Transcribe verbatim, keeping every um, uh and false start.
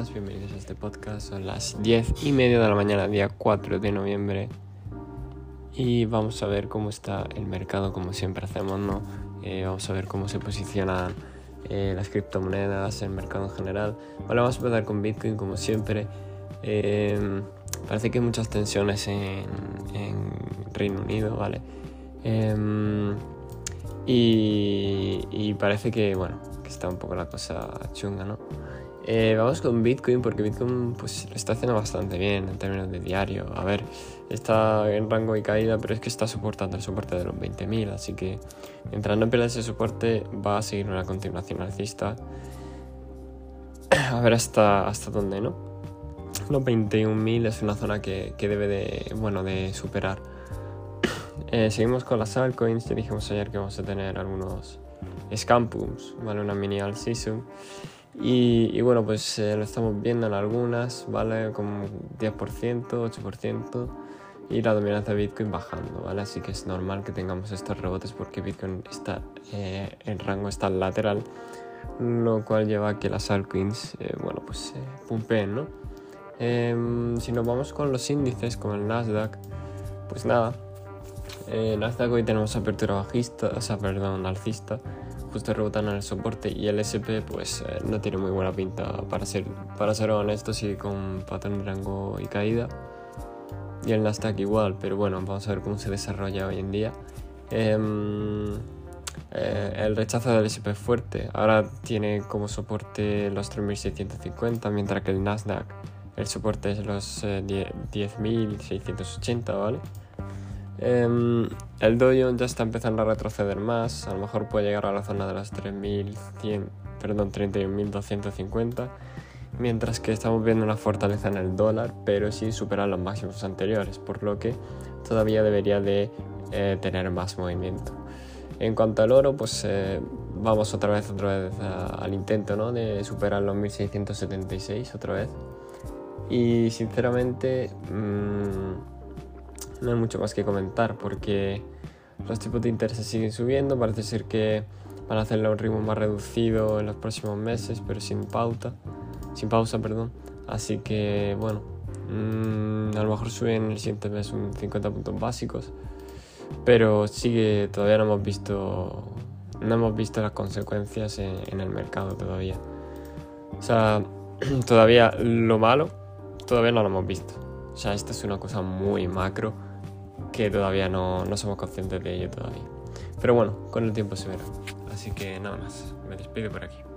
buenas, bienvenidos a este podcast. Son las diez y media de la mañana, día cuatro de noviembre. Y vamos a ver cómo está el mercado, como siempre hacemos, ¿no? Eh, vamos a ver cómo se posicionan eh, las criptomonedas, el mercado en general. Vale, vamos a empezar con Bitcoin, como siempre. Eh, parece que hay muchas tensiones en, en Reino Unido, ¿vale? Eh, y, y parece que, bueno, que está un poco la cosa chunga, ¿no? Eh, vamos con Bitcoin, porque Bitcoin pues lo está haciendo bastante bien en términos de diario. A ver, está en rango de caída, pero es que está soportando el soporte de los veinte mil, así que mientras no pierda ese soporte va a seguir una continuación alcista. A ver hasta, hasta dónde, ¿no? Los veintiún mil es una zona que, que debe de, bueno, de superar. Eh, seguimos con las altcoins. Ya dijimos ayer que vamos a tener algunos scampums, ¿vale? Una mini alt season. Y, y bueno, pues eh, lo estamos viendo en algunas, ¿vale? Como diez por ciento, ocho por ciento. Y la dominancia de Bitcoin bajando, ¿vale? Así que es normal que tengamos estos rebotes porque Bitcoin está eh, en rango está lateral, lo cual lleva a que las altcoins, eh, bueno, pues eh, pumpeen, ¿no? Eh, si nos vamos con los índices, como el Nasdaq, pues nada. Eh, Nasdaq hoy tenemos apertura bajista, o sea, perdón, alcista, justo rebotando en el soporte, y el ese pe pues eh, no tiene muy buena pinta para ser, para ser honesto, sigue con patrón de rango y caída, y el Nasdaq igual, pero bueno, vamos a ver cómo se desarrolla hoy en día. Eh, eh, el rechazo del ese pe es fuerte, ahora tiene como soporte los tres mil seiscientos cincuenta, mientras que el Nasdaq, el soporte es los eh, diez mil seiscientos ochenta, ¿vale? Um, el Dow Jones ya está empezando a retroceder más, a lo mejor puede llegar a la zona de las tres mil cien, perdón, treinta y un mil doscientos cincuenta, mientras que estamos viendo una fortaleza en el dólar, pero sin superar los máximos anteriores, por lo que todavía debería de eh, tener más movimiento. En cuanto al oro, pues eh, vamos otra vez, otra vez a, al intento, ¿no? De superar los mil seiscientos setenta y seis otra vez, y sinceramente mmm, no hay mucho más que comentar porque los tipos de interés siguen subiendo. Parece ser que van a hacerlo a un ritmo más reducido en los próximos meses, pero sin pauta, sin pausa, perdón. Así que bueno, mmm, a lo mejor suben el siguiente mes un cincuenta puntos básicos, pero sigue, todavía no hemos visto, no hemos visto las consecuencias en, en el mercado todavía. O sea, todavía lo malo, todavía no lo hemos visto. O sea, esta es una cosa muy macro que todavía no, no somos conscientes de ello todavía. Pero bueno, con el tiempo se verá. Así que nada más, me despido por aquí.